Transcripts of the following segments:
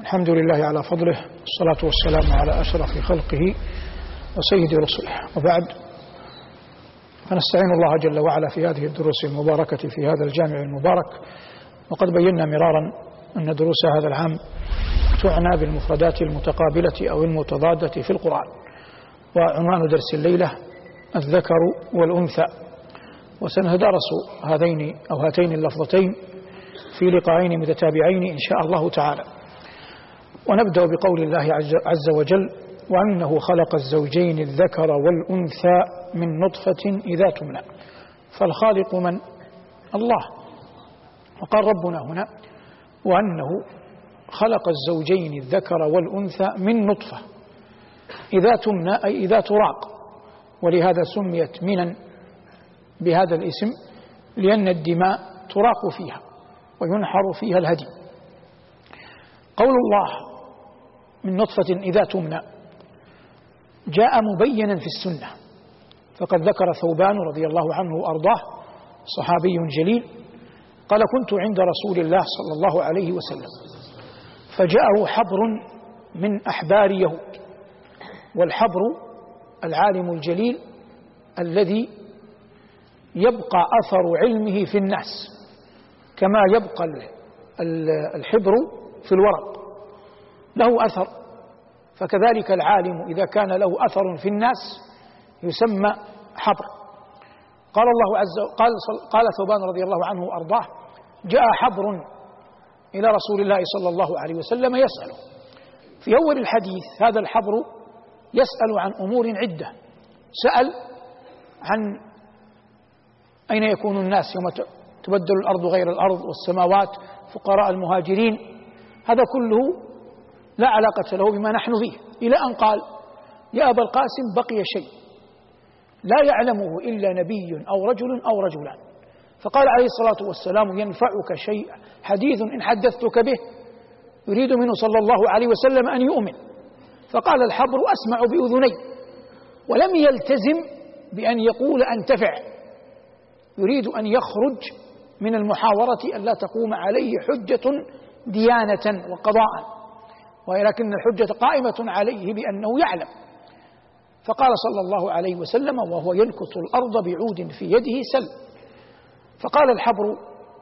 الحمد لله على فضله، والصلاة والسلام على أشرف خلقه وسيد رسله، وبعد، فنستعين الله جل وعلا في هذه الدروس المباركة في هذا الجامع المبارك. وقد بينا مرارا أن دروس هذا العام تعنى بالمفردات المتقابلة أو المتضادة في القرآن، وعنوان درس الليلة الذكر والأنثى، وسنتدارس هاتين اللفظتين في لقاءين متتابعين إن شاء الله تعالى. ونبدأ بقول الله عز وجل: وأنه خلق الزوجين الذكر والأنثى من نطفة إذا تمنى. فالخالق من؟ الله. وقال ربنا هنا: وأنه خلق الزوجين الذكر والأنثى من نطفة إذا تمنى، أي إذا تراق، ولهذا سميت منا بهذا الاسم، لأن الدماء تراق فيها وينحر فيها الهدي. قول الله من نطفة إذا تمنى جاء مبينا في السنة، فقد ذكر ثوبان رضي الله عنه وأرضاه، صحابي جليل، قال: كنت عند رسول الله صلى الله عليه وسلم فجاءه حبر من أحبار يهود. والحبر العالم الجليل الذي يبقى أثر علمه في الناس، كما يبقى الحبر في الورق له أثر، فكذلك العالم إذا كان له أثر في الناس يسمى حبر. قال ثوبان رضي الله عنه وأرضاه: جاء حبر إلى رسول الله صلى الله عليه وسلم يسأله. في أول الحديث هذا الحبر يسأل عن أمور عدة. سأل عن أين يكون الناس يوم تبدل الأرض غير الأرض والسماوات، فقراء المهاجرين، هذا كله لا علاقة له بما نحن فيه، إلى أن قال: يا أبا القاسم، بقي شيء لا يعلمه إلا نبي أو رجل أو رجلان. فقال عليه الصلاة والسلام: ينفعك شيء حديث إن حدثتك به؟ يريد منه صلى الله عليه وسلم أن يؤمن. فقال الحبر: أسمع بأذني، ولم يلتزم بأن يقول أنتفع، يريد أن يخرج من المحاورة أن لا تقوم عليه حجة ديانة وقضاء، ولكن الحجة قائمة عليه بأنه يعلم. فقال صلى الله عليه وسلم وهو ينكث الأرض بعود في يده: سل. فقال الحبر: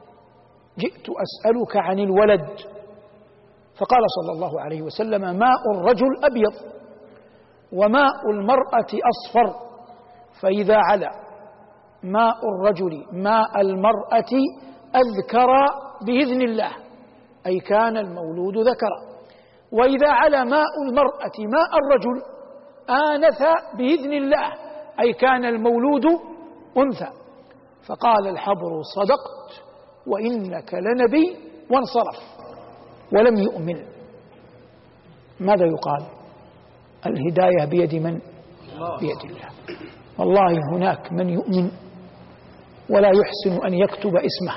جئت أسألك عن الولد. فقال صلى الله عليه وسلم: ماء الرجل أبيض وماء المرأة أصفر، فإذا علا ماء الرجل ماء المرأة أذكر بإذن الله، أي كان المولود ذكرا، وإذا علا ماء المرأة ماء الرجل آنث بإذن الله، أي كان المولود أنثى. فقال الحبر: صدقت وإنك لنبي، وانصرف ولم يؤمن. ماذا يقال؟ الهداية بيد من؟ بيد الله. والله هناك من يؤمن ولا يحسن أن يكتب اسمه،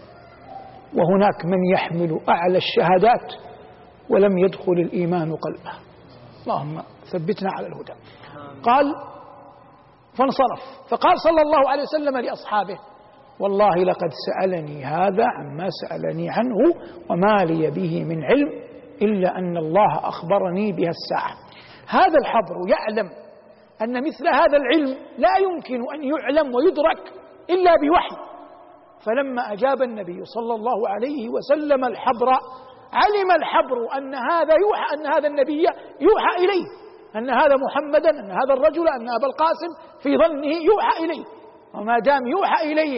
وهناك من يحمل أعلى الشهادات ولم يدخل الإيمان قلبه. اللهم ثبتنا على الهدى. قال: فانصرف. فقال صلى الله عليه وسلم لأصحابه: والله لقد سألني هذا عما سألني عنه، وما لي به من علم إلا أن الله أخبرني بها الساعة. هذا الحبر يعلم أن مثل هذا العلم لا يمكن أن يعلم ويدرك إلا بوحي. فلما أجاب النبي صلى الله عليه وسلم الحبر، علم الحبر أن هذا النبي يوحى إليه، أن هذا محمدا، أن هذا الرجل، أن أبا القاسم في ظنه يوحى إليه، وما دام يوحى إليه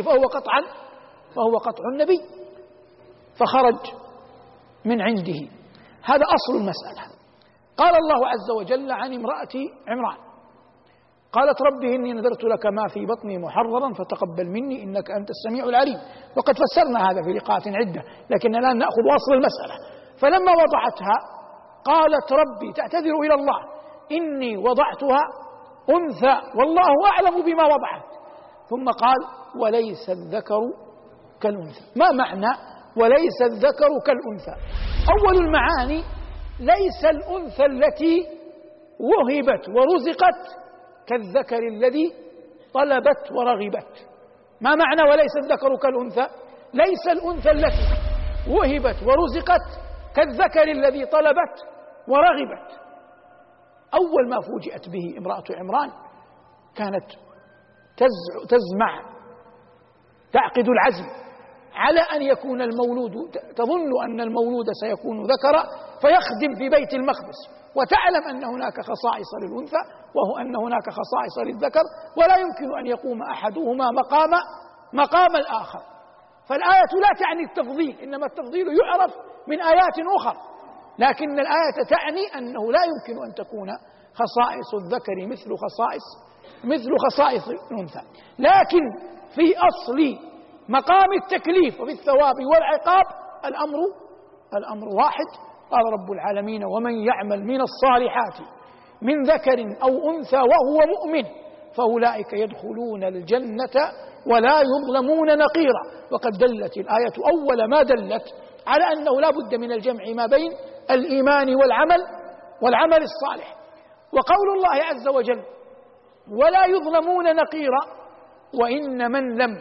فهو قطع النبي. فخرج من عنده. هذا أصل المسألة. قال الله عز وجل عن امرأة عمران: قالت: ربي إني نذرت لك ما في بطني محررا فتقبل مني إنك أنت السميع العليم. وقد فسرنا هذا في لقاءات عدة، لكن الآن نأخذ أصل المسألة. فلما وضعتها قالت: ربي، تعتذر إلى الله، إني وضعتها أنثى والله أعلم بما وضعت. ثم قال: وليس الذكر كالأنثى. ما معنى وليس الذكر كالأنثى؟ أول المعاني: ليس الأنثى التي وهبت ورزقت كالذكر الذي طلبت ورغبت. ما معنى وليس الذكر كالأنثى؟ ليس الأنثى التي وهبت ورزقت كالذكر الذي طلبت ورغبت. أول ما فوجئت به امرأة عمران كانت تزمع، تعقد العزم على أن يكون المولود، تظن أن المولود سيكون ذكرا فيخدم في بيت المقدس، وتعلم أن هناك خصائص للأنثى وهو أن هناك خصائص للذكر، ولا يمكن أن يقوم أحدهما مقام الآخر. فالآية لا تعني التفضيل، إنما التفضيل يعرف من آيات أخرى، لكن الآية تعني أنه لا يمكن أن تكون خصائص الذكر مثل خصائص الأنثى. لكن في أصل مقام التكليف وفي الثواب والعقاب الأمر واحد. قال رب العالمين: ومن يعمل من الصالحات من ذكر أو أنثى وهو مؤمن فأولئك يدخلون الجنة ولا يظلمون نقيرا. وقد دلت الآية أول ما دلت على أنه لا بد من الجمع ما بين الإيمان والعمل الصالح. وقول الله عز وجل: ولا يظلمون نقيرا، وإن من لم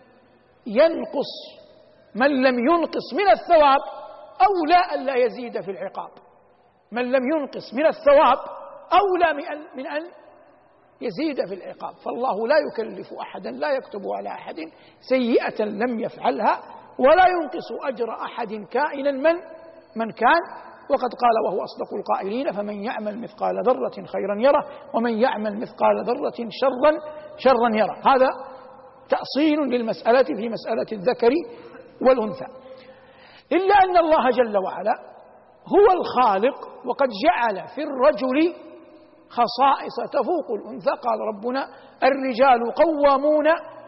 ينقص من الثواب أولى أن لا يزيد في العقاب. من لم ينقص من الثواب أولى من أن يزيد في العقاب. فالله لا يكلف أحدا، لا يكتب على أحد سيئة لم يفعلها، ولا ينقص أجر أحد كائنا من كان. وقد قال وهو أصدق القائلين: فمن يعمل مثقال ذرة خيرا يره ومن يعمل مثقال ذرة شرا يره. هذا تأصيل للمسألة في مسألة الذكر والأنثى. إلا أن الله جل وعلا هو الخالق، وقد جعل في الرجل خصائص تفوق الأنثى. قال ربنا: الرجال قوامون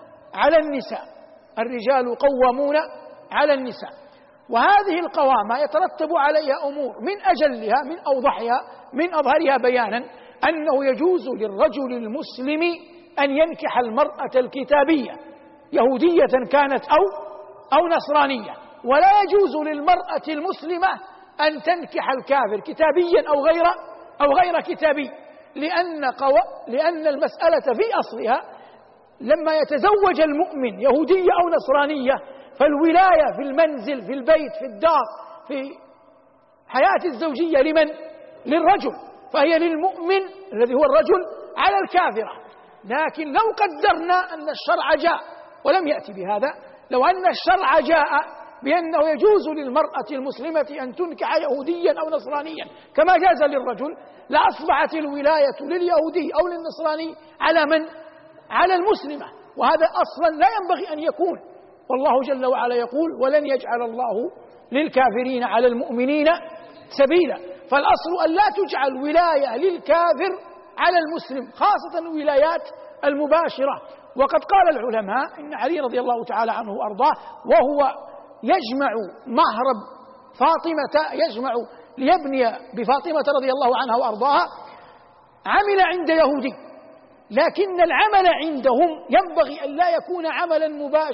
على النساء. وهذه القوامة يترتب عليها أمور، من أجلها من أظهرها بيانا أنه يجوز للرجل المسلم أن ينكح المرأة الكتابية يهودية كانت أو نصرانية، ولا يجوز للمرأة المسلمة أن تنكح الكافر كتابيا أو غير كتابي، لأن المسألة في أصلها لما يتزوج المؤمن يهودية أو نصرانية فالولاية في المنزل، في البيت، في الدار، في حياة الزوجية للرجل، فهي للمؤمن الذي هو الرجل على الكافرة. لكن لو قدرنا أن الشرع جاء ولم يأتي بهذا، لو أن الشرع جاء بأنه يجوز للمرأة المسلمة أن تنكح يهوديا أو نصرانيا كما جاز للرجل، لأصبحت الولاية لليهودي أو للنصراني على المسلمة، وهذا أصلا لا ينبغي أن يكون. والله جل وعلا يقول: ولن يجعل الله للكافرين على المؤمنين سبيلا. فالأصل أن لا تجعل ولاية للكافر على المسلم، خاصة الولايات المباشرة. وقد قال العلماء إن علي رضي الله تعالى عنه وأرضاه وهو يجمع مهر فاطمة، يجمع ليبني بفاطمة رضي الله عنها وأرضاها، عمل عند يهودي، لكن العمل عندهم ينبغي أن لا يكون عملا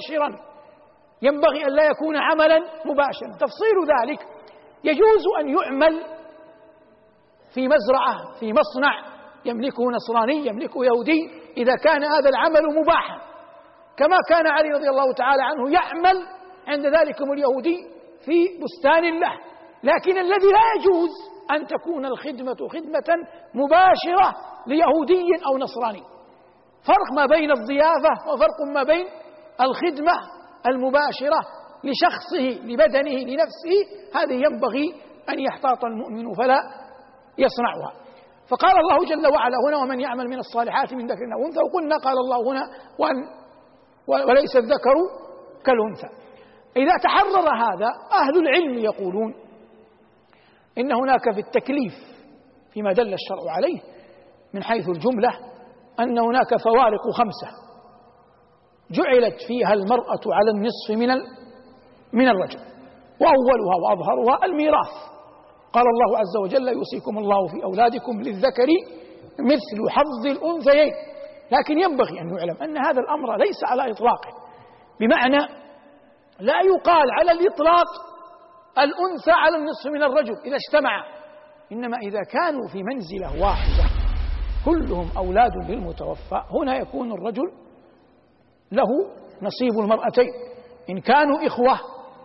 مباشرا. تفصيل ذلك: يجوز أن يعمل في مزرعة، في مصنع يملكه نصراني، يملكه يهودي، إذا كان هذا العمل مباحا، كما كان علي رضي الله تعالى عنه يعمل عند ذلكم اليهودي في بستان له. لكن الذي لا يجوز أن تكون الخدمة خدمة مباشرة ليهودي أو نصراني. فرق ما بين الضيافة وفرق ما بين الخدمة المباشرة لشخصه، لبدنه، لنفسه. هذه ينبغي أن يحتاط المؤمن فلا يصنعها. فقال الله جل وعلا هنا: ومن يعمل من الصالحات من ذكر أو أنثى. وقلنا قال الله هنا: وليس الذكر كالأنثى. إذا تحرر هذا، أهل العلم يقولون إن هناك في التكليف فيما دل الشرع عليه من حيث الجملة أن هناك فوارق 5 جعلت فيها المرأة على النصف من الرجل، وأولها وأظهرها الميراث. قال الله عز وجل: يوصيكم الله في أولادكم للذكر مثل حظ الأنثيين. لكن ينبغي أن يعلم أن هذا الأمر ليس على إطلاقه، بمعنى لا يقال على الإطلاق الأنثى على النصف من الرجل إذا اجتمع، إنما إذا كانوا في منزلة واحدة كلهم أولاد للمتوفى، هنا يكون الرجل له نصيب المرأتين. إن كانوا إخوة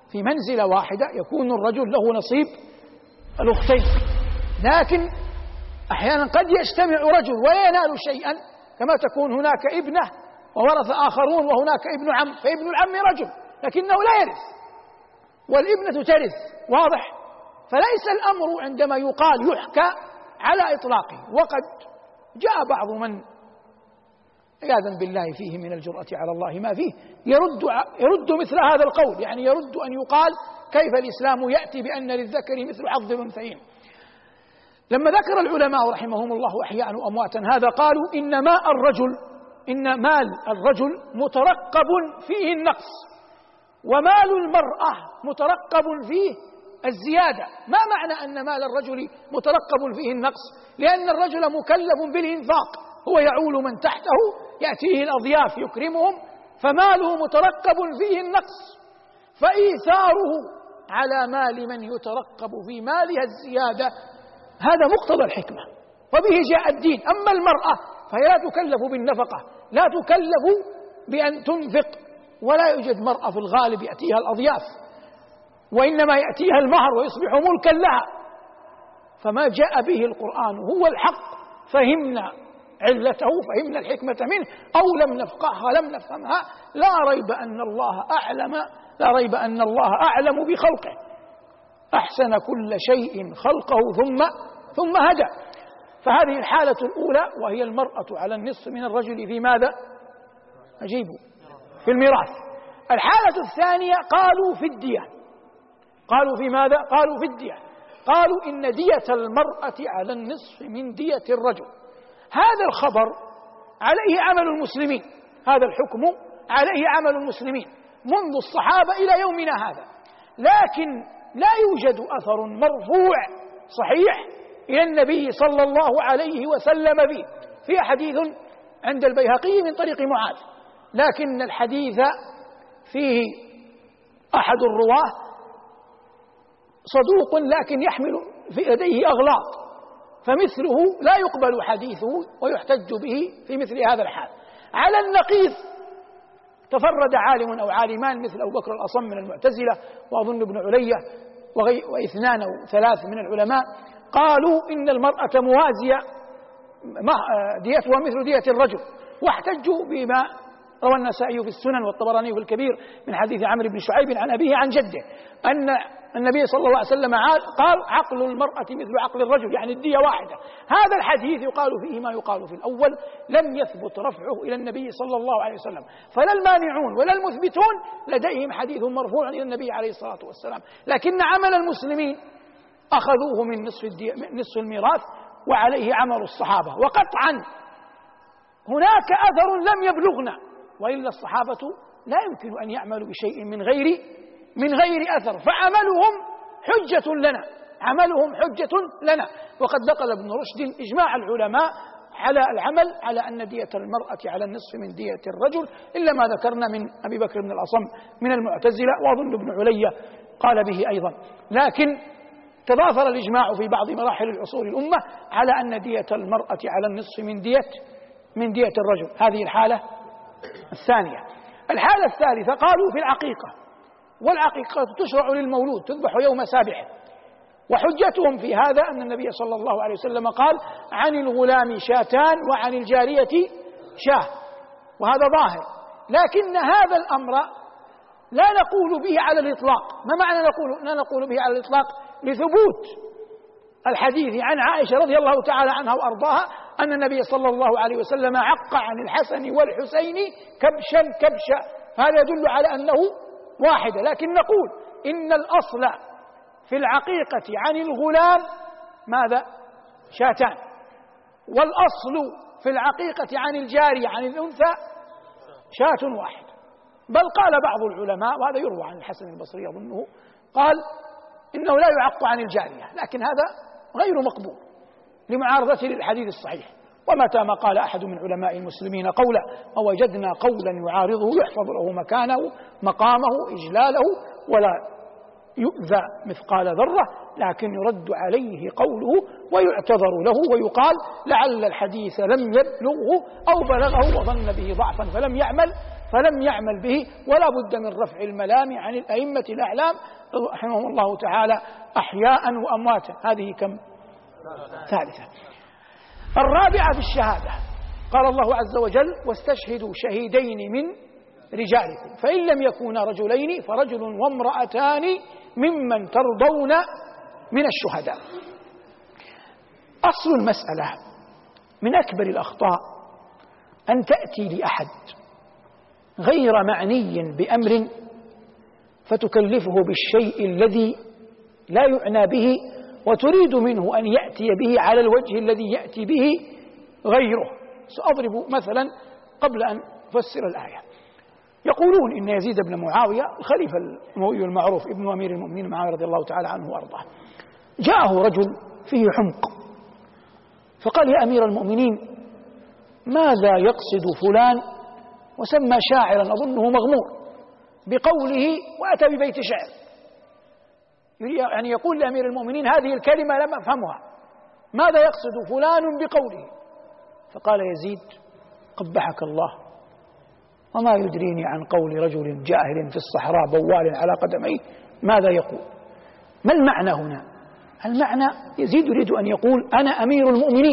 في منزلة واحدة يكون الرجل له نصيب الأختين، لكن أحيانا قد يجتمع رجل ولا ينال شيئا، كما تكون هناك ابنة وورث آخرون وهناك ابن عم، فابن العم رجل لكنه لا يرث والابنة ترث، واضح؟ فليس الأمر عندما يقال يحكى على إطلاقه. وقد جاء بعض من عياذا بالله فيه من الجرأة على الله ما فيه يرد مثل هذا القول، يعني يرد أن يقال كيف الإسلام يأتي بأن للذكر مثل حظ الأنثيين. لما ذكر العلماء رحمهم الله أحياء وأمواتا هذا قالوا إن مال الرجل مترقب فيه النقص، ومال المرأة مترقب فيه الزيادة. ما معنى أن مال الرجل مترقب فيه النقص؟ لأن الرجل مكلف بالإنفاق، هو يعول من تحته، يأتيه الأضياف يكرمهم، فماله مترقب فيه النقص، فإيثاره على مال من يترقب في مالها الزيادة هذا مقتضى الحكمة، وبه جاء الدين. أما المرأة فهي لا تكلف بالنفقة، لا تكلف بأن تنفق، ولا يوجد مرأة في الغالب يأتيها الأضياف، وإنما يأتيها المهر ويصبح ملكا لها. فما جاء به القرآن هو الحق، فهمنا علته، فهمنا الحكمة منه، أو لم نفقهها لم نفهمها. لا ريب أن الله أعلم بخلقه، أحسن كل شيء خلقه ثم هدى. فهذه الحالة الأولى وهي المرأة على النصف من الرجل في ماذا؟ أجيبوا، في الميراث. الحالة الثانية قالوا في الدية. قالوا في ماذا؟ قالوا في الدية. قالوا إن دية المرأة على النصف من دية الرجل. هذا الخبر عليه عمل المسلمين، هذا الحكم عليه عمل المسلمين منذ الصحابة إلى يومنا هذا، لكن لا يوجد أثر مرفوع صحيح إلى النبي صلى الله عليه وسلم فيه. في حديث عند البيهقي من طريق معاذ، لكن الحديث فيه أحد الرواه صدوق لكن يحمل في يديه أغلاط، فمثله لا يقبل حديثه ويحتج به في مثل هذا الحال. على النقيض تفرد عالم أو عالمان مثل أبو بكر الأصم من المعتزلة وأظن ابن علية واثنان أو ثلاث من العلماء، قالوا إن المرأة موازية ديتها مثل دية الرجل، واحتجوا بما روى النسائي في السنن والطبراني في الكبير من حديث عمرو بن شعيب عن أبيه عن جده أن النبي صلى الله عليه وسلم قال عقل المرأة مثل عقل الرجل، يعني الدية واحدة. هذا الحديث يقال فيه ما يقال في الأول، لم يثبت رفعه إلى النبي صلى الله عليه وسلم، فلا المانعون ولا المثبتون لديهم حديث مرفوع إلى النبي عليه الصلاة والسلام، لكن عمل المسلمين أخذوه من نصف الميراث وعليه عمل الصحابة. وقطعا هناك أثر لم يبلغنا، وإلا الصحابة لا يمكن أن يعملوا بشيء من غير أثر، فعملهم حجة لنا، عملهم حجة لنا. وقد نقل ابن رشد إجماع العلماء على العمل على أن دية المرأة على النصف من دية الرجل، إلا ما ذكرنا من أبي بكر بن الأصم من المعتزلة، وأظن ابن علية قال به أيضا. لكن تضافر الإجماع في بعض مراحل العصور الأمة على أن دية المرأة على النصف من دية الرجل. هذه الحالة الثانية. الحالة الثالثة قالوا في العقيقة، والعقيقة تشرع للمولود، تذبح يوم سابعه، وحجتهم في هذا أن النبي صلى الله عليه وسلم قال عن الغلام شاتان وعن الجارية شاه، وهذا ظاهر. لكن هذا الأمر لا نقول به على الإطلاق. ما معنى لا نقول به على الإطلاق؟ لثبوت الحديث عن عائشة رضي الله تعالى عنها وأرضاها أن النبي صلى الله عليه وسلم عق عن الحسن والحسين كبشا، فهذا يدل على أنه واحدة. لكن نقول إن الأصل في العقيقة عن الغلام ماذا؟ شاتان، والأصل في العقيقة عن الجارية عن الأنثى شاة واحد. بل قال بعض العلماء، وهذا يروى عن الحسن البصري أظنه، قال إنه لا يعق عن الجارية، لكن هذا غير مقبول لمعارضته للحديث الصحيح. ومتى ما قال أحد من علماء المسلمين قولا ووجدنا قولا يعارضه يحفظ له مكانه مقامه إجلاله ولا يؤذى مثقال ذرة، لكن يرد عليه قوله ويعتذر له ويقال لعل الحديث لم يبلغه أو بلغه وظن به ضعفا فلم يعمل فلم يعمل به، ولا بد من رفع الملام عن الأئمة الأعلام رحمهم الله تعالى أحياء وأمواتا. هذه كم؟ ثالثة. الرابعة في الشهادة، قال الله عز وجل: واستشهدوا شهيدين من رجالكم فإن لم يكونا رجلين فرجل وامرأتان ممن ترضون من الشهداء. أصل المسألة من أكبر الأخطاء أن تأتي لأحد غير معني بأمر فتكلفه بالشيء الذي لا يعنى به، وتريد منه أن يأتي به على الوجه الذي يأتي به غيره. سأضرب مثلا قبل أن أفسر الآية. يقولون إن يزيد بن معاوية الخليفة الأموي المعروف ابن أمير المؤمنين معاوية رضي الله تعالى عنه وأرضاه، جاءه رجل فيه حمق فقال: يا أمير المؤمنين، ماذا يقصد فلان؟ وسمى شاعرا أظنه مغمور بقوله، وأتى ببيت شعر، يعني يقول لأمير المؤمنين هذه الكلمة لم أفهمها، ماذا يقصد فلان بقوله؟ فقال يزيد: قبحك الله، وما يدريني عن قول رجل جاهل في الصحراء بوال على قدميه ماذا يقول. ما المعنى هنا؟ المعنى يزيد يريد أن يقول: أنا أمير المؤمنين،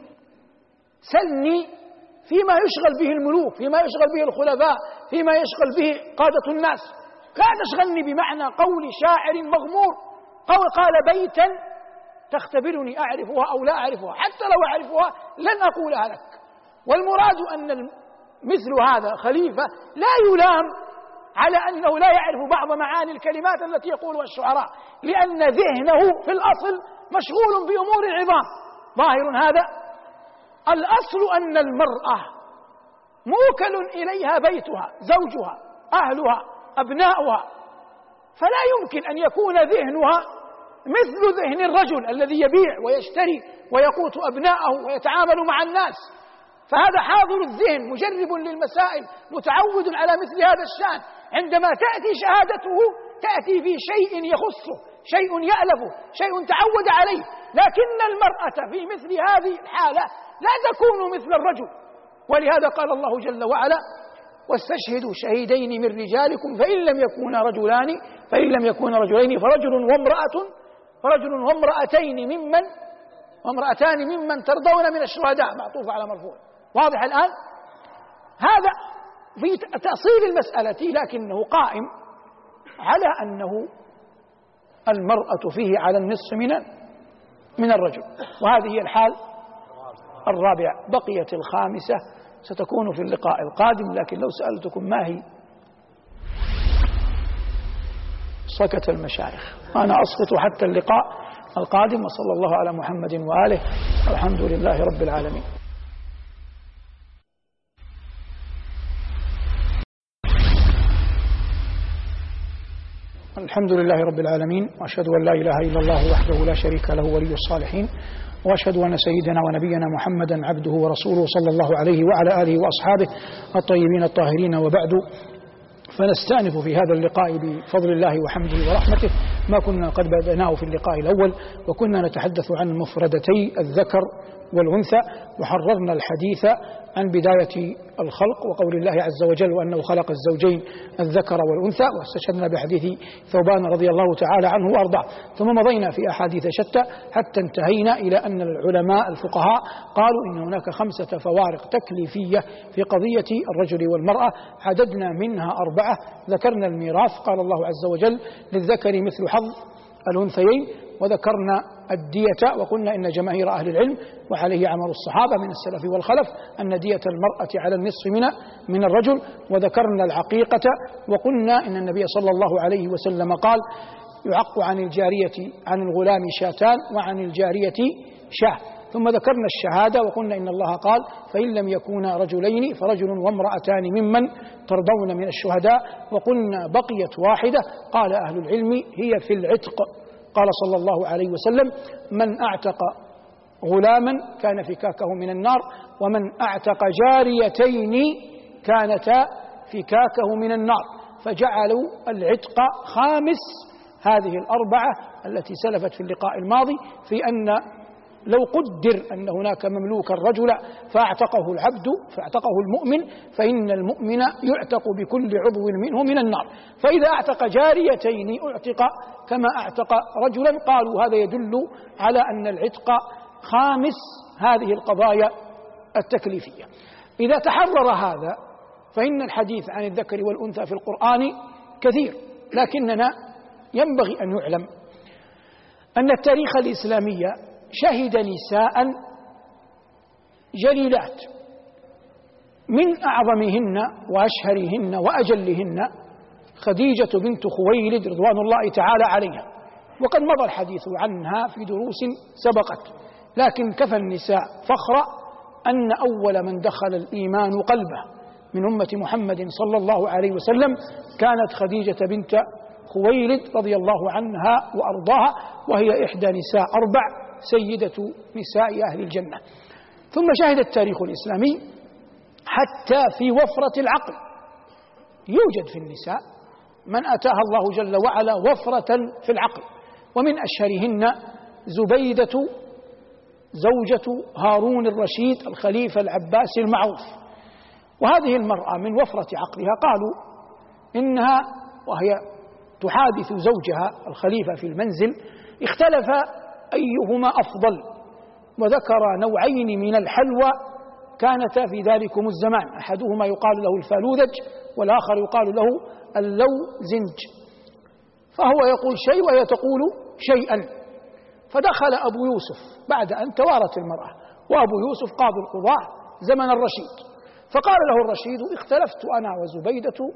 سلني فيما يشغل به الملوك، فيما يشغل به الخلفاء، فيما يشغل به قادة الناس، لا تشغلني بمعنى قول شاعر مغمور قال بيتا تختبرني أعرفها أو لا أعرفها، حتى لو أعرفها لن أقولها لك. والمراد أن مثل هذا خليفة لا يلام على أنه لا يعرف بعض معاني الكلمات التي يقولها الشعراء، لأن ذهنه في الأصل مشغول بأمور العظام. ظاهر هذا. الأصل أن المرأة موكل إليها بيتها، زوجها، أهلها، أبناؤها، فلا يمكن أن يكون ذهنها مثل ذهن الرجل الذي يبيع ويشتري ويقوت أبناءه ويتعامل مع الناس. فهذا حاضر الذهن مجرب للمسائل متعود على مثل هذا الشأن. عندما تأتي شهادته تأتي في شيء يخصه، شيء يألفه، شيء تعود عليه. لكن المرأة في مثل هذه الحالة لا تكون مثل الرجل، ولهذا قال الله جل وعلا: واستشهدوا شهيدين من رجالكم فإن لم يكونا رجلين فرجل وامرأتان ممن ترضون من الشهداء، معطوف على مرفوع. واضح الآن؟ هذا في تأصيل المسألة، لكنه قائم على أنه المرأة فيه على النصف من الرجل، وهذه هي الحال الرابعة. بقيت الخامسة ستكون في اللقاء القادم، لكن لو سألتكم ما هي سكت المشايخ، وأنا أسقط حتى اللقاء القادم. وصلى الله على محمد وآله، والحمد لله رب العالمين. الحمد لله رب العالمين، وأشهد أن لا إله إلا الله وحده لا شريك له ولي الصالحين، وأشهد أن سيدنا ونبينا محمدا عبده ورسوله صلى الله عليه وعلى آله وأصحابه الطيبين الطاهرين. وبعد، فنستأنف في هذا اللقاء بفضل الله وحمده ورحمته ما كنا قد بدأناه في اللقاء الأول، وكنا نتحدث عن مفردتي الذكر والأنثى، وحررنا الحديث عن بداية الخلق وقول الله عز وجل: وأنه خلق الزوجين الذكر والأنثى، واستشهدنا بحديث ثوبان رضي الله تعالى عنه وأرضاه. ثم مضينا في أحاديث شتى حتى انتهينا إلى أن العلماء الفقهاء قالوا إن هناك 5 فوارق تكليفية في قضية الرجل والمرأة، عددنا منها 4. ذكرنا الميراث، قال الله عز وجل: للذكر مثل حظ الأنثيين. وذكرنا الدية، وقلنا إن جماهير أهل العلم وعليه عمل الصحابة من السلف والخلف أن دية المرأة على النصف من الرجل. وذكرنا العقيقة، وقلنا إن النبي صلى الله عليه وسلم قال: يعق عن الجارية عن الغلام شاتان وعن الجارية شاه. ثم ذكرنا الشهادة، وقلنا إن الله قال: فإن لم يكونا رجلين فرجل وامرأتان ممن ترضون من الشهداء. وقلنا بقيت واحدة، قال أهل العلم هي في العتق. قال صلى الله عليه وسلم: من أعتق غلاما كان فكاكه من النار، ومن أعتق جاريتين كانتا فكاكه من النار. فجعلوا العتق خامس هذه 4 التي سلفت في اللقاء الماضي، في أن لو قدر أن هناك مملوكا رجلا فاعتقه العبد فاعتقه المؤمن، فإن المؤمن يعتق بكل عضو منه من النار. فإذا اعتق جاريتين اعتق كما اعتق رجلا. قالوا هذا يدل على أن العتق خامس هذه القضايا التكليفية. إذا تحرر هذا فإن الحديث عن الذكر والأنثى في القرآن كثير، لكننا ينبغي أن يعلم أن التاريخ الإسلامي شهد نساء جليلات، من أعظمهن وأشهرهن وأجلهن خديجة بنت خويلد رضوان الله تعالى عليها، وقد مضى الحديث عنها في دروس سبقت، لكن كفى النساء فخرا أن أول من دخل الإيمان قلبه من أمة محمد صلى الله عليه وسلم كانت خديجة بنت خويلد رضي الله عنها وأرضاها، وهي إحدى نساء 4 سيدة نساء أهل الجنة. ثم شهد التاريخ الإسلامي حتى في وفرة العقل يوجد في النساء من أتاها الله جل وعلا وفرة في العقل، ومن أشهرهن زبيدة زوجة هارون الرشيد الخليفة العباسي المعروف. وهذه المرأة من وفرة عقلها قالوا إنها وهي تحادث زوجها الخليفة في المنزل اختلف أيهما أفضل، وذكر نوعين من الحلوى كانتا في ذلكم الزمان، أحدهما يقال له الفالوذج والآخر يقال له اللوزنج، فهو يقول شيء وهي تقول شيئا. فدخل أبو يوسف بعد أن توارت المرأة، وأبو يوسف قاضي القضاة زمن الرشيد، فقال له الرشيد اختلفت أنا وزبيدة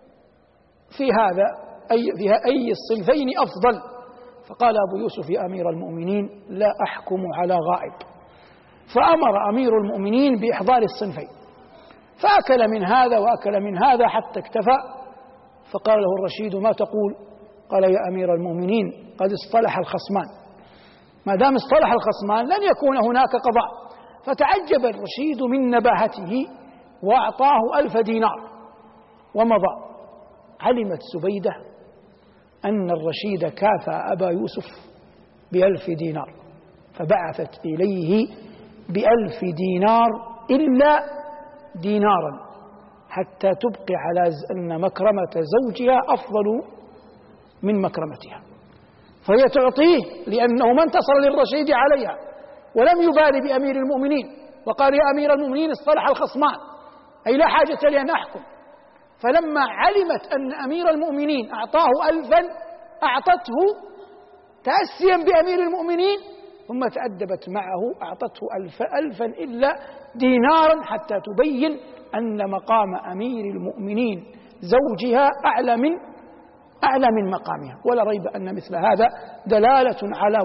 في هذا أي الصنفين أفضل؟ فقال أبو يوسف يا أمير المؤمنين لا أحكم على غائب، فأمر أمير المؤمنين بإحضار الصنفين، فأكل من هذا وأكل من هذا حتى اكتفى، فقال له الرشيد ما تقول؟ قال يا أمير المؤمنين قد اصطلح الخصمان، ما دام اصطلح الخصمان لن يكون هناك قضاء. فتعجب الرشيد من نباهته وأعطاه 1000 دينار ومضى. علمت زبيدة أن الرشيد كافأ أبا يوسف ب1000 دينار، فبعثت إليه ب1000 دينار إلا دينارا حتى تبقي على أن مكرمة زوجها أفضل من مكرمتها، فهي تعطيه لأنه ما انتصر للرشيد عليها ولم يبالي بأمير المؤمنين، وقال يا أمير المؤمنين اصطلح الخصمان أي لا حاجة لي أن أحكم. فلما علمت أن أمير المؤمنين أعطاه 1000 أعطته تأسيا بأمير المؤمنين، ثم تأدبت معه أعطته 1000 إلا دينارا حتى تبين أن مقام أمير المؤمنين زوجها أعلى من مقامها. ولا ريب أن مثل هذا دلالة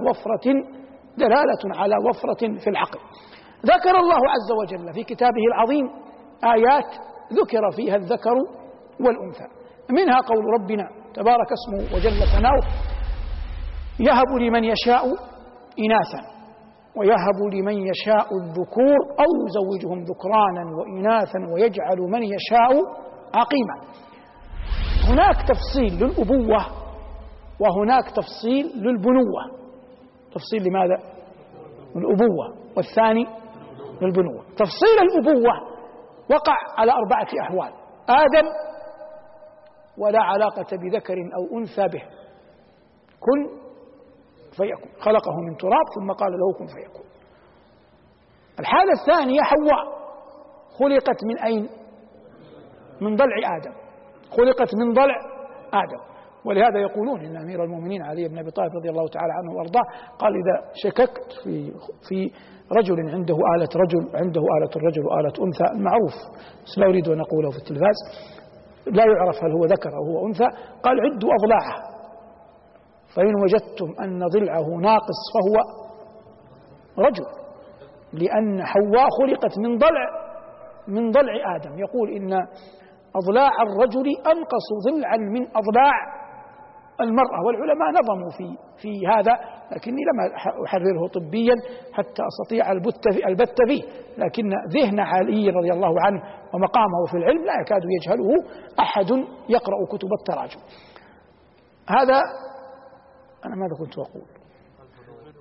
على وفرة في العقل. ذكر الله عز وجل في كتابه العظيم آيات ذكر فيها الذكر والأنثى، منها قول ربنا تبارك اسمه وجل ثناؤه يهب لمن يشاء إناثا ويهب لمن يشاء الذكور أو يزوجهم ذكرانا وإناثا ويجعل من يشاء عقيما. هناك تفصيل للأبوة وهناك تفصيل للبنوة. تفصيل لماذا؟ الأبوة، والثاني للبنوة. تفصيل الأبوة وقع على 4 أحوال: آدم ولا علاقة بذكر أو أنثى به، كن فيكون، خلقه من تراب ثم قال له كن فيكون. الحالة الثانية حواء، خلقت من أين؟ من ضلع آدم، خلقت من ضلع آدم. ولهذا يقولون إن أمير المؤمنين علي بن أبي طالب رضي الله تعالى عنه وأرضاه قال إذا شككت في رجل عنده آلة رجل عنده آلة الرجل وآلة أنثى، المعروف بس لا أريد أن أقوله في التلفاز، لا يعرف هل هو ذكر أو هو أنثى، قال عدوا أضلاعه فإن وجدتم أن ضلعه ناقص فهو رجل، لأن حواء خلقت من ضلع آدم. يقول إن أضلاع الرجل أنقص ضلعا من أضلاع المرأة، والعلماء نظموا في هذا، لكني لم أحرره طبيا حتى أستطيع البت فيه، لكن ذهن علي رضي الله عنه ومقامه في العلم لا يكاد يجهله أحد يقرأ كتب التراجم. هذا أنا ماذا كنت أقول؟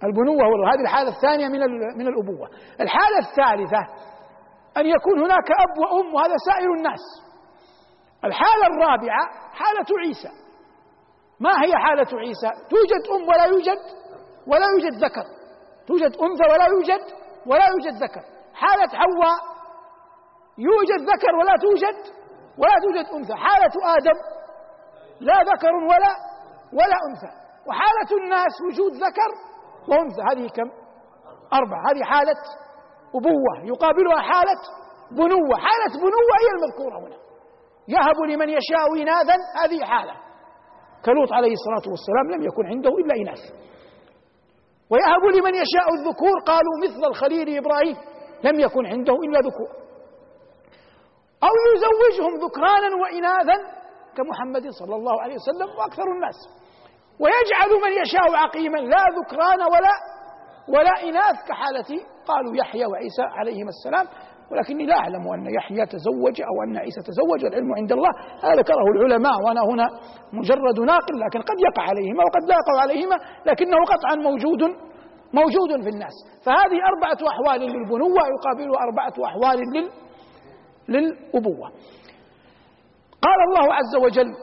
البنوة، هذه الحالة الثانية من الأبوة. الحالة الثالثة أن يكون هناك أب وأم، وهذا سائر الناس. الحالة الرابعة حالة عيسى. ما هي حالة عيسى؟ توجد أم ولا يوجد ذكر، توجد أنثى ولا يوجد ذكر. حالة حواء يوجد ذكر ولا توجد أنثى. حالة آدم لا ذكر ولا أنثى. وحالة الناس وجود ذكر وأنثى. هذه كم؟ 4. هذه حالة أبوة يقابلها حالة بنوة. حالة بنوة هي المذكورة هنا، يهب لمن يشاء إناثا، هذه حالة. كلوط عليه الصلاة والسلام لم يكن عنده إلا إناث. ويهب لمن يشاء الذكور، قالوا مثل الخليل إبراهيم لم يكن عنده إلا ذكور. أو يزوجهم ذكرانا وإناثا كمحمد صلى الله عليه وسلم وأكثر الناس. ويجعل من يشاء عقيما لا ذكران ولا إناث كحالة قالوا يحيى وعيسى عليهما السلام. ولكني لا أعلم أن يحيى تزوج أو أن عيسى تزوج، والعلم عند الله. هذا ذكره العلماء وأنا هنا مجرد ناقل، لكن قد يقع عليهما وقد لا يقع عليهما، لكنه قطعا موجود في الناس. فهذه 4 أحوال للبنوة يقابل 4 أحوال للأبوة. قال الله عز وجل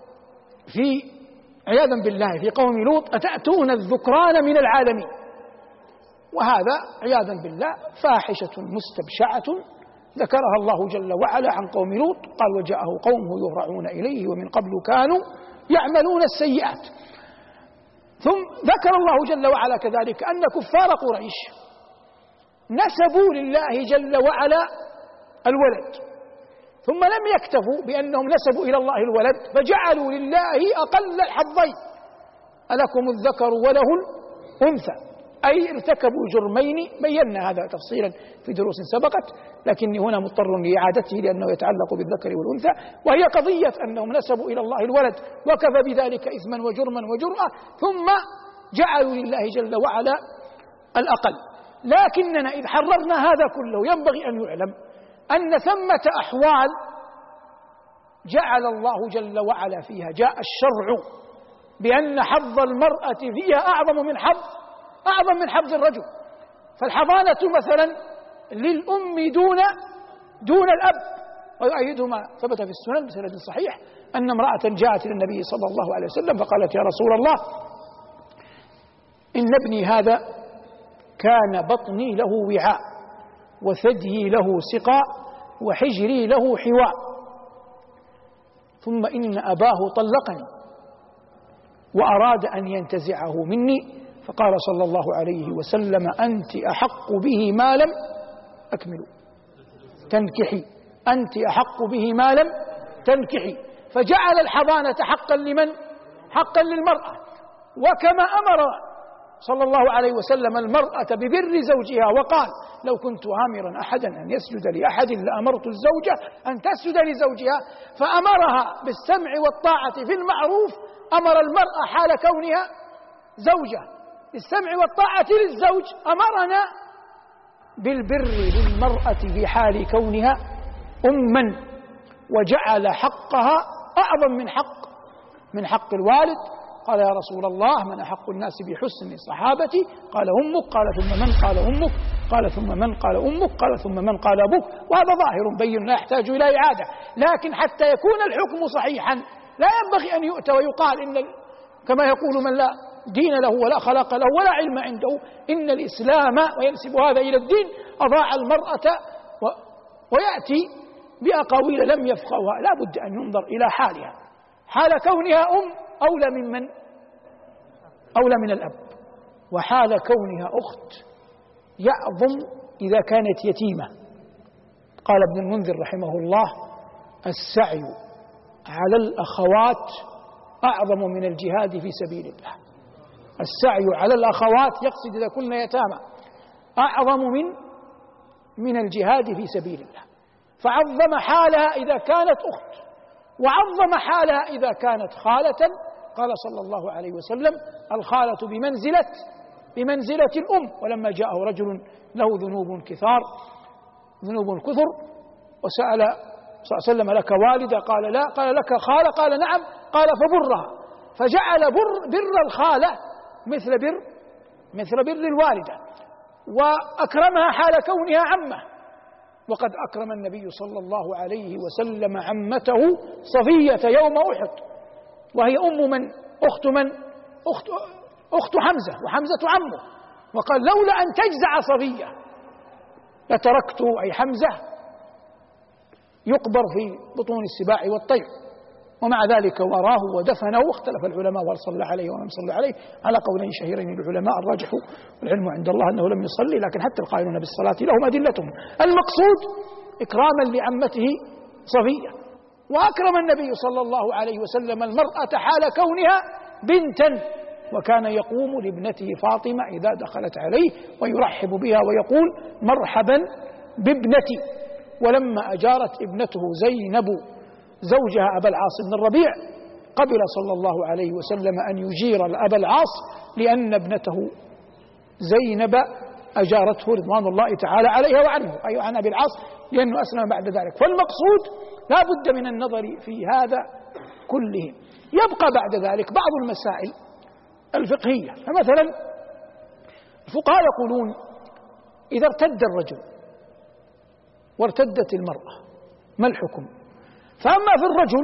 عياذا بالله في قوم لوط: أتأتون الذكران من العالمين. وهذا عياذا بالله فاحشة مستبشعة ذكرها الله جل وعلا عن قوم لوط. قال: وجاءه قومه يهرعون إليه ومن قبل كانوا يعملون السيئات. ثم ذكر الله جل وعلا كذلك أن كفار قريش نسبوا لله جل وعلا الولد، ثم لم يكتفوا بأنهم نسبوا إلى الله الولد، فجعلوا لله أقل الحظين: ألكم الذكر وله الأنثى، أي ارتكبوا جرمين. بينا هذا تفصيلا في دروس سبقت، لكني هنا مضطر لإعادته لأنه يتعلق بالذكر والأنثى. وهي قضية أنهم نسبوا إلى الله الولد وكفى بذلك إثما وجرما وجرأة، ثم جعلوا لله جل وعلا الأقل. لكننا إذ حررنا هذا كله ينبغي أن يعلم أن ثمة أحوال جعل الله جل وعلا فيها، جاء الشرع بأن حظ المرأة فيها أعظم من حظ الرجل. فالحضانة مثلا للأم دون الأب. ويؤيده ما ثبت في السنن بسند صحيح أن امرأة جاءت إلى النبي صلى الله عليه وسلم فقالت: يا رسول الله، إن ابني هذا كان بطني له وعاء وثديي له سقاء وحجري له حواء، ثم إن أباه طلقني وأراد أن ينتزعه مني، فقال صلى الله عليه وسلم: أنت أحق به ما لم أكمل تنكحي، أنت أحق به ما لم تنكحي. فجعل الحضانة حقا لمن؟ حقا للمرأة. وكما أمر صلى الله عليه وسلم المرأة ببر زوجها وقال: لو كنت آمرا أحدا أن يسجد لأحد لأمرت الزوجة أن تسجد لزوجها. فأمرها بالسمع والطاعة في المعروف، أمر المرأة حال كونها زوجة بالسمع والطاعة للزوج، أمرنا بالبر للمرأة في حال كونها أما، وجعل حقها أعظم من حق الوالد. قال: يا رسول الله، من أحق الناس بحسن صحابتي؟ قال: أمك. قال: ثم من؟ قال: أمك. قال: ثم من؟ قال: أمك. قال: ثم من؟ قال: أبوك. وهذا ظاهر بين لا يحتاج إلى إعادة، لكن حتى يكون الحكم صحيحا لا ينبغي أن يؤتى ويقال إن كما يقول من لا دين له ولا خلق له ولا علم عنده إن الإسلام، وينسب هذا إلى الدين، أضاع المرأة ويأتي بأقاويل لم يفقهها. لا بد أن ينظر إلى حالها، حال كونها أم أولى من الأب، وحال كونها أخت يعظم إذا كانت يتيمة. قال ابن المنذر رحمه الله: السعي على الأخوات أعظم من الجهاد في سبيل الله. السعي على الأخوات يقصد إذا كن يتامى أعظم من الجهاد في سبيل الله. فعظم حالها إذا كانت أخت، وعظم حالها إذا كانت خالة. قال صلى الله عليه وسلم: الخالة بمنزلة الأم. ولما جاءه رجل له ذنوب كثر وسأل صلى الله عليه وسلم: لك والدة؟ قال: لا. قال: لك خالة؟ قال: نعم. قال: فبرها. فجعل بر الخالة مثل مثل بر الوالدة، وأكرمها حال كونها عمه. وقد أكرم النبي صلى الله عليه وسلم عمته صفية يوم أحد، وهي أم من؟ أخت حمزة، وحمزة عمه. وقال لولا أن تجزع صفية لتركته، أي حمزة، يقبر في بطون السباع والطير. ومع ذلك وراه ودفنه، واختلف العلماء وهل صلى عليه ولم يصلى عليه على قولين شهيرين للعلماء. الراجح والعلم عند الله أنه لم يصلي، لكن حتى القائلون بالصلاة لهم أدلتهم. المقصود إكراما لعمته صفية. وأكرم النبي صلى الله عليه وسلم المرأة حال كونها بنتا، وكان يقوم لابنته فاطمة إذا دخلت عليه ويرحب بها ويقول مرحبا بابنتي. ولما أجارت ابنته زينب زوجها أبا العاص بن الربيع، قبل صلى الله عليه وسلم أن يجير أبا العاص، لأن ابنته زينب أجارته رضوان الله تعالى عليها وعنه، أي عن أبي العاص، لأنه أسلم بعد ذلك. فالمقصود لا بد من النظر في هذا كله. يبقى بعد ذلك بعض المسائل الفقهية. فمثلا الفقهاء يقولون إذا ارتد الرجل وارتدت المرأة ما الحكم؟ فأما في الرجل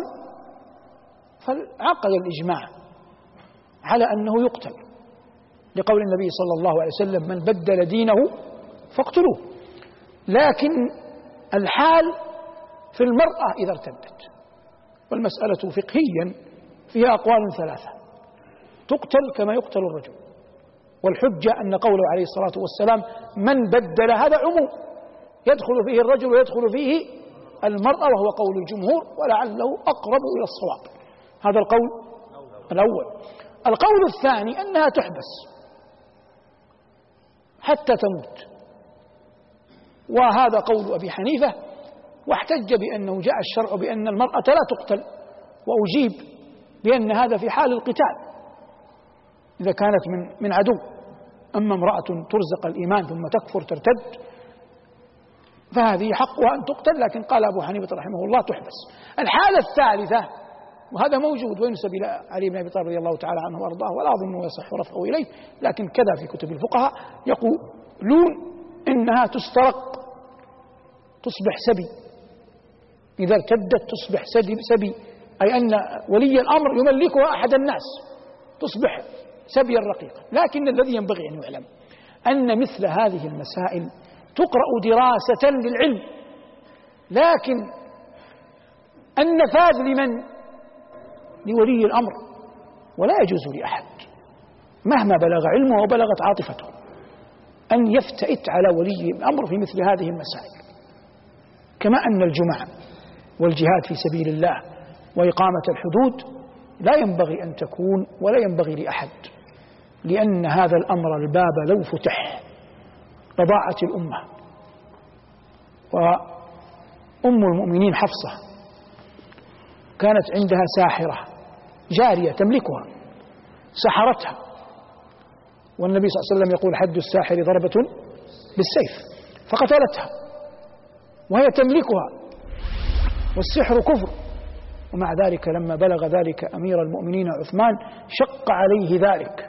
فعقد الإجماع على أنه يقتل، لقول النبي صلى الله عليه وسلم من بدل دينه فاقتلوه. لكن الحال في المرأة إذا ارتدت، والمسألة فقهيا فيها أقوال ثلاثة: تقتل كما يقتل الرجل، والحجة أن قوله عليه الصلاة والسلام من بدل هذا عموم، يدخل فيه الرجل ويدخل فيه المرأة، وهو قول الجمهور ولعله أقرب إلى الصواب. هذا القول الأول. القول الثاني أنها تحبس حتى تموت، وهذا قول أبي حنيفة، واحتج بأنه جاء الشرع بأن المرأة لا تقتل، وأجيب بأن هذا في حال القتال إذا كانت من عدو. أما امرأة ترزق الإيمان ثم تكفر ترتد فهذه حقها أن تقتل، لكن قال أبو حنيفة رحمه الله تحبس. الحالة الثالثة، وهذا موجود وينسب إلى علي بن أبي طالب رضي الله تعالى عنه وأرضاه، ولا أظن يصح رفعه إليه، لكن كذا في كتب الفقهاء، يقولون إنها تسترق، تصبح سبي، إذا ارتدت تصبح سبي، أي أن ولي الأمر يملكها أحد الناس، تصبح سبيا رقيقا. لكن الذي ينبغي أن يعلم أن مثل هذه المسائل تقرأ دراسة للعلم، لكن النفاذ لمن؟ لولي الأمر، ولا يجوز لأحد مهما بلغ علمه وبلغت عاطفته أن يفتئت على ولي الأمر في مثل هذه المسائل. كما أن الجمع والجهاد في سبيل الله وإقامة الحدود لا ينبغي أن تكون ولا ينبغي لأحد، لأن هذا الأمر الباب لو فتح لضاعت الأمة. وأم المؤمنين حفصة كانت عندها ساحرة جارية تملكها، سحرتها، والنبي صلى الله عليه وسلم يقول حد الساحر ضربة بالسيف، فقتلتها وهي تملكها، والسحر كفر. ومع ذلك لما بلغ ذلك أمير المؤمنين عثمان شق عليه ذلك،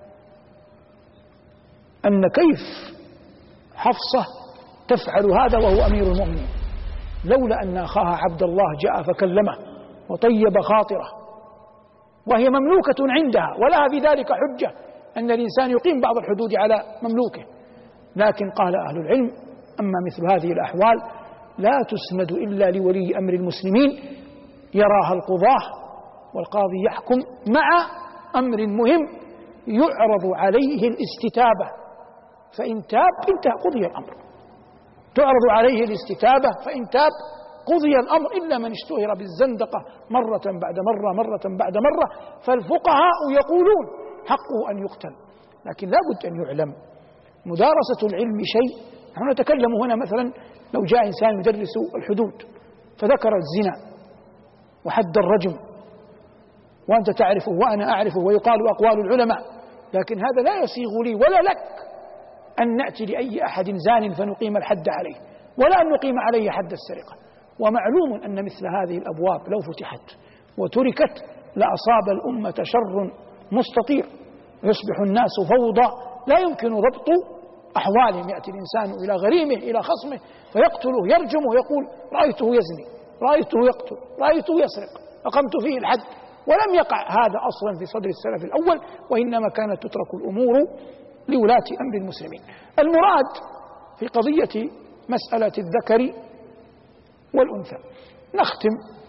أن كيف حفصة تفعل هذا وهو أمير المؤمنين، لولا أن أخاها عبد الله جاء فكلمه وطيب خاطره، وهي مملوكة عندها ولها في ذلك حجة أن الإنسان يقيم بعض الحدود على مملوكه. لكن قال أهل العلم أما مثل هذه الأحوال لا تسند إلا لولي أمر المسلمين يراها القضاة، والقاضي يحكم مع أمر مهم يعرض عليه الاستتابة، فإن تاب انتهى قضي الأمر، تعرض عليه الاستتابة فإن تاب قضي الأمر، إلا من اشتهر بالزندقة مرة بعد مرة بعد مرة. فالفقهاء يقولون حقه أن يقتل، لكن لا بد أن يعلم مدارسة العلم شيء. نحن نتكلم هنا مثلا لو جاء إنسان يدرس الحدود فذكر الزنا وحد الرجم، وأنت تعرفه وأنا أعرفه ويقال أقوال العلماء، لكن هذا لا يصيغ لي ولا لك أن نأتي لأي أحد زان فنقيم الحد عليه، ولا أن نقيم عليه حد السرقة. ومعلوم أن مثل هذه الأبواب لو فتحت وتركت لأصاب الأمة شر مستطير، يصبح الناس فوضى لا يمكن ضبط أحوالهم. يأتي الإنسان إلى غريمه إلى خصمه فيقتله يرجمه يقول رأيته يزني، رأيته يقتل، رأيته يسرق، أقمت فيه الحد، ولم يقع هذا أصلا في صدر السلف الأول، وإنما كانت تترك الأمور لولاة أمر المسلمين. المراد في قضية مسألة الذكر والأنثى نختم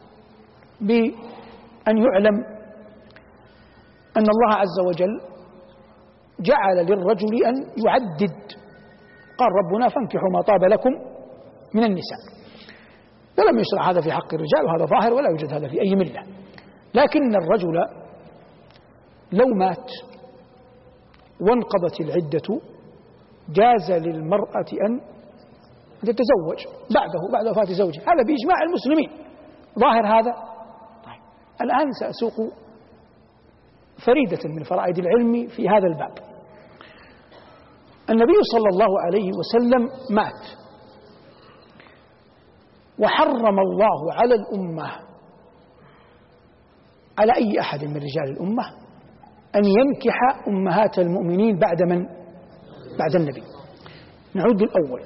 بأن يعلم أن الله عز وجل جعل للرجل أن يعدد. قال ربنا فانكحوا ما طاب لكم من النساء، ولم يشرع هذا في حق الرجال، وهذا ظاهر ولا يوجد هذا في أي ملة. لكن الرجل لو مات وانقضت العدة جاز للمرأة أن تتزوج بعد وفاة زوجها، هذا بإجماع المسلمين، ظاهر هذا. طيب الآن سأسوق فريدة من فرائد العلم في هذا الباب. النبي صلى الله عليه وسلم مات، وحرم الله على الأمة، على أي أحد من رجال الأمة، أن ينكح أمهات المؤمنين بعد من؟ بعد النبي. نعود للأول.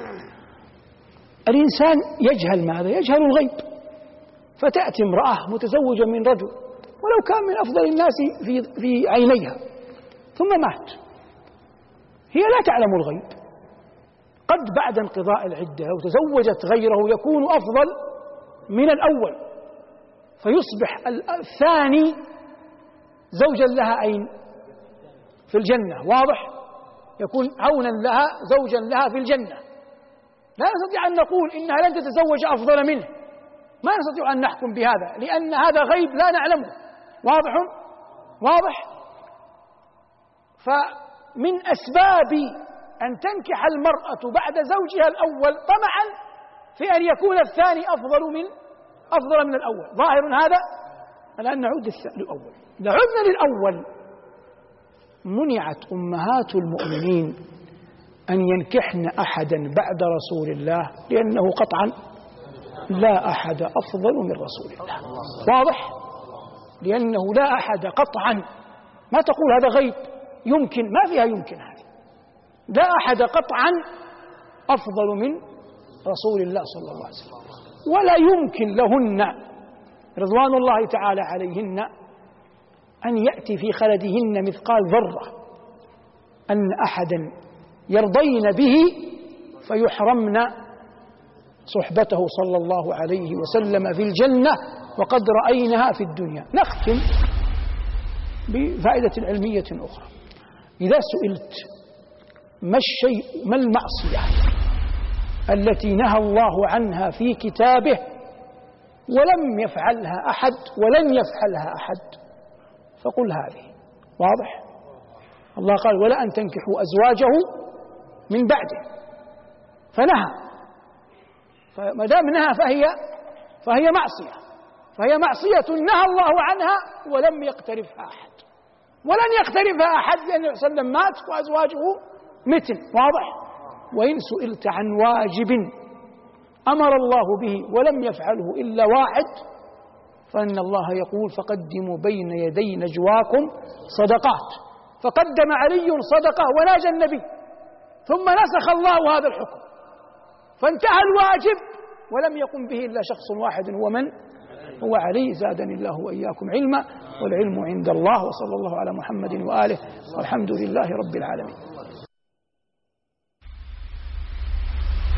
الإنسان يجهل ماذا؟ يجهل الغيب، فتأتي امرأة متزوجة من رجل ولو كان من أفضل الناس في عينيها ثم مات، هي لا تعلم الغيب، قد بعد انقضاء العدة لو تزوجت غيره يكون أفضل من الأول، فيصبح الثاني زوجا لها أين؟ في الجنة، واضح؟ يكون عونا لها، زوجا لها في الجنة. لا نستطيع أن نقول إنها لن تتزوج أفضل منه، ما نستطيع أن نحكم بهذا لأن هذا غيب لا نعلمه، واضح؟ فمن أسباب أن تنكح المرأة بعد زوجها الأول طمعا في أن يكون الثاني أفضل من الأول، ظاهر هذا. الآن نعود للأول. إذا عدنا للأول، منعت أمهات المؤمنين أن ينكحن أحدا بعد رسول الله، لأنه قطعا لا أحد أفضل من رسول الله، واضح؟ لأنه لا أحد قطعا، ما تقول هذا غيب يمكن، ما فيها يمكن هذه، لا أحد قطعا أفضل من رسول الله صلى الله عليه وسلم، ولا يمكن لهن رضوان الله تعالى عليهن أن يأتي في خلدهن مثقال ذرة أن أحدا يرضين به فيحرمن صحبته صلى الله عليه وسلم في الجنة، وقد رأينها في الدنيا. نختم بفائدة علمية أخرى. إذا سئلت ما المعصية التي نهى الله عنها في كتابه ولم يفعلها أحد ولن يفعلها أحد، فقل هذه، واضح؟ الله قال ولا أن تنكحوا أزواجه من بعده، فنهى، فما دام نهى فهي معصية نهى الله عنها ولم يقترفها أحد، ولن يقترفها أحد، لأن النبي صلى الله عليه وسلم مات وأزواجه متن، واضح؟ وإن سئلت عن واجب أمر الله به ولم يفعله إلا واحد، فإن الله يقول فقدموا بين يدي نجواكم صدقات، فقدم علي صدقة وناجى النبي، ثم نسخ الله هذا الحكم، فانتهى الواجب ولم يقم به إلا شخص واحد، هو من؟ هو علي. زادني الله وإياكم علما، والعلم عند الله، وصلى الله على محمد وآله، والحمد لله رب العالمين.